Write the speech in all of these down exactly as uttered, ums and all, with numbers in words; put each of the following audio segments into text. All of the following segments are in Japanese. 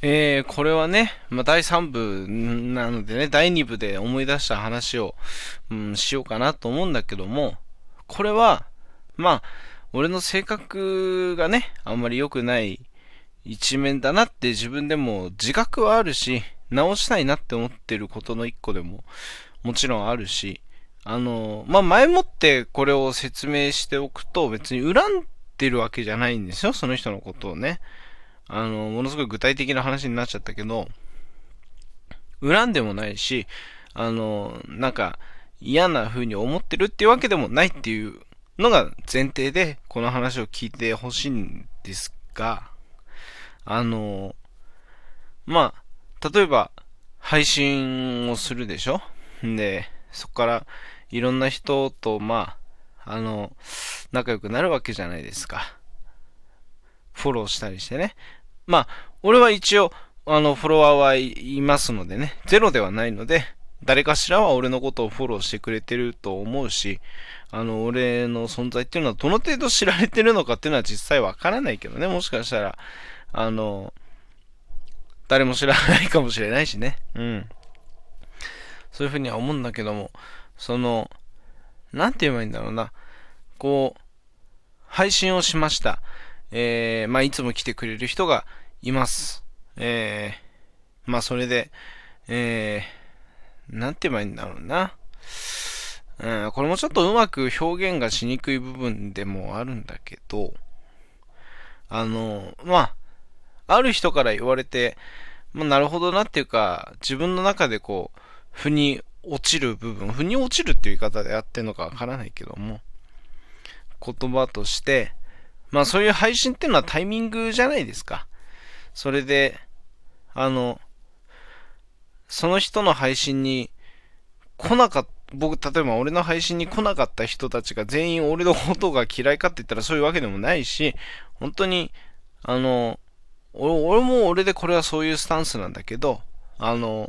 えー、これはね、まあ、だいさんぶなのでね、だいにぶで思い出した話を、うん、しようかなと思うんだけども、これは、まあ、俺の性格がね、あんまり良くない一面だなって自分でも自覚はあるし、直したいなって思ってることの一個でももちろんあるし、あの、まあ、前もってこれを説明しておくと別に恨んでるわけじゃないんですよ、その人のことをね。あの、ものすごい具体的な話になっちゃったけど、恨んでもないし、あの、なんか嫌な風に思ってるっていうわけでもないっていうのが前提でこの話を聞いてほしいんですが、あの、まあ、例えば配信をするでしょ。で、そこからいろんな人と、まあ、あの、仲良くなるわけじゃないですか。フォローしたりしてね。まあ、俺は一応、あの、フォロワーはいますのでね、ゼロではないので、誰かしらは俺のことをフォローしてくれてると思うし、あの、俺の存在っていうのはどの程度知られてるのかっていうのは実際わからないけどね、もしかしたら、あの、誰も知らないかもしれないしね。うん。そういうふうには思うんだけども、その、なんて言えばいいんだろうな。こう、配信をしました。えー、まあ、いつも来てくれる人がいます。えー、まあ、それで、えー、なんて言えばいいんだろうな。うん、これもちょっとうまく表現がしにくい部分でもあるんだけど、あの、まあ、ある人から言われて、まあ、なるほどなっていうか、自分の中でこう、腑に落ちる部分、腑に落ちるっていう言い方でやってるのかわからないけども、言葉として、まあそういう配信っていうのはタイミングじゃないですか。それで、あの、その人の配信に来なかった、僕、例えば俺の配信に来なかった人たちが全員俺のことが嫌いかって言ったらそういうわけでもないし、本当に、あの、俺も俺でこれはそういうスタンスなんだけど、あの、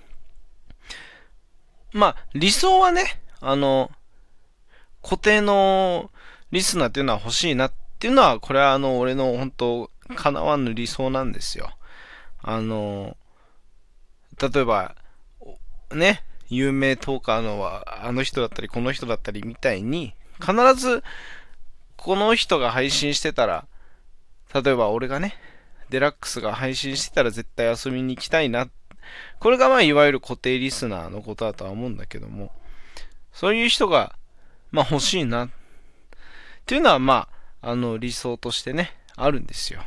まあ、理想はね、あの、固定のリスナーっていうのは欲しいなっていうのは、これはあの、俺の本当、叶わぬ理想なんですよ。あの、例えば、ね、有名トーカーのは、あの人だったり、この人だったりみたいに、必ず、この人が配信してたら、例えば俺がね、デラックスが配信してたら絶対遊びに行きたいな。これがまあ、いわゆる固定リスナーのことだとは思うんだけども、そういう人が、まあ欲しいな。っていうのはまあ、あの理想としてね、あるんですよ。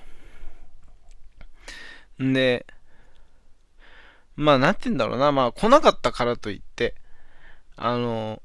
んで、まあなんて言うんだろうな、まあ来なかったからといって、あの、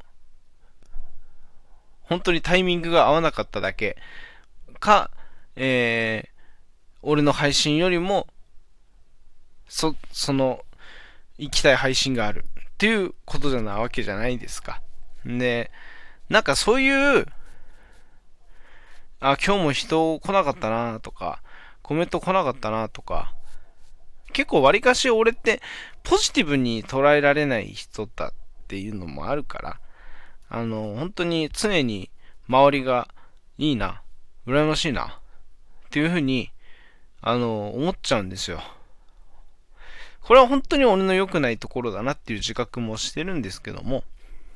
本当にタイミングが合わなかっただけか、えー、俺の配信よりも、そ、その、行きたい配信があるっていうことじゃないわけじゃないですか。で、なんかそういう、あ、今日も人来なかったなとか、コメント来なかったなとか、結構わりかし俺ってポジティブに捉えられない人だっていうのもあるから、あの、本当に常に周りがいいな、羨ましいなっていうふうに、あの、思っちゃうんですよ。これは本当に俺の良くないところだなっていう自覚もしてるんですけども、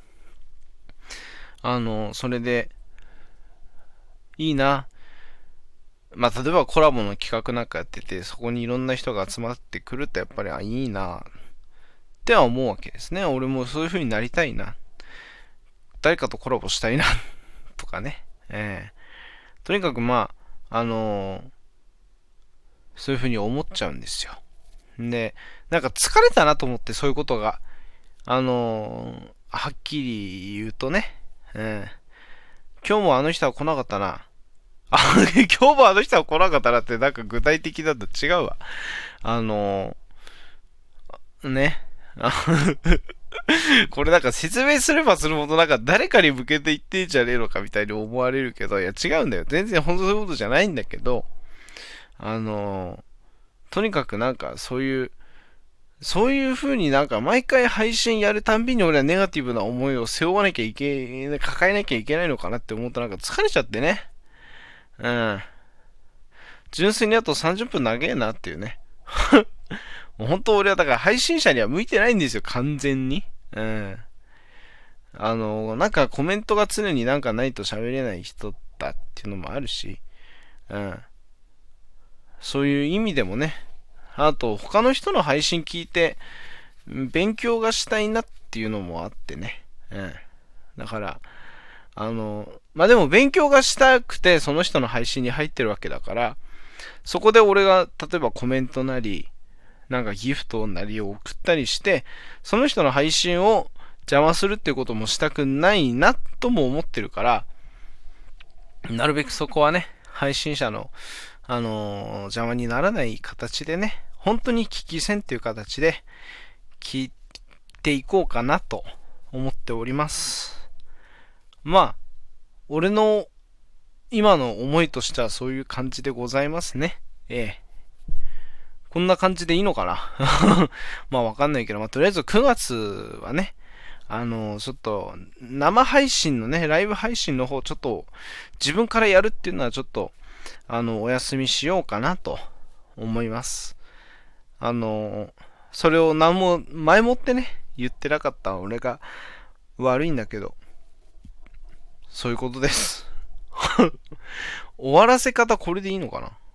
あの、それで、いいな。まあ、例えばコラボの企画なんかやってて、そこにいろんな人が集まってくるとやっぱり、あ、いいなっては思うわけですね。俺もそういう風になりたいな。誰かとコラボしたいなとかね。えー、とにかくまあ、あのーそういう風に思っちゃうんですよ。で、なんか疲れたなと思ってそういうことが、あのーはっきり言うとね、えー、今日もあの人は来なかったな。あ、今日もあの人は来なかったなってなんか具体的だと違うわ。あのー、ね。これなんか説明すればするほどなんか誰かに向けて言ってんじゃねえのかみたいに思われるけど、いや違うんだよ。全然本当そういうことじゃないんだけど、あのー、とにかくなんかそういう、そういう風になんか毎回配信やるたんびに俺はネガティブな思いを背負わなきゃいけ、抱えなきゃいけないのかなって思うとなんか疲れちゃってね。うん。純粋にあとさんじゅっぷん長えなっていうね。 もう本当俺はだから配信者には向いてないんですよ、完全に。うん。あの、なんかコメントが常になんかないと喋れない人だっていうのもあるし、うん。そういう意味でもね、あと他の人の配信聞いて、勉強がしたいなっていうのもあってね。うん。だから、あの、まあ、でも勉強がしたくてその人の配信に入ってるわけだから、そこで俺が例えばコメントなり、なんかギフトなりを送ったりして、その人の配信を邪魔するっていうこともしたくないなとも思ってるから、なるべくそこはね、配信者の、あのー邪魔にならない形でね、本当に聞き戦っていう形で聞いていこうかなと思っております。まあ、俺の今の思いとしてはそういう感じでございますね。ええ。こんな感じでいいのかなまあわかんないけど、まあとりあえずくがつはね、あの、ちょっと、生配信のね、ライブ配信の方、ちょっと、自分からやるっていうのはちょっと、あの、お休みしようかなと思います。あの、それを何も、前もってね、言ってなかった俺が悪いんだけど、そういうことです。終わらせ方これでいいのかな